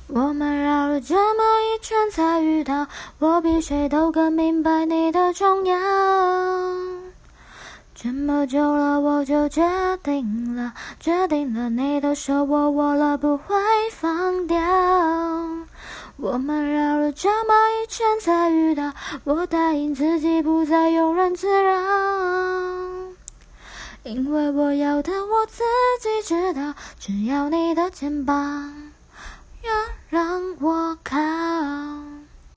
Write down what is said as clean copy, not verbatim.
我们绕了这么一圈才遇到，我比谁都更明白你的重要。这么久了，我就决定了你的手我握了不会放掉。我们绕了这么一圈才遇到，我答应自己不再庸人自扰，因为我要的我自己知道，只要你的肩膀要让我靠。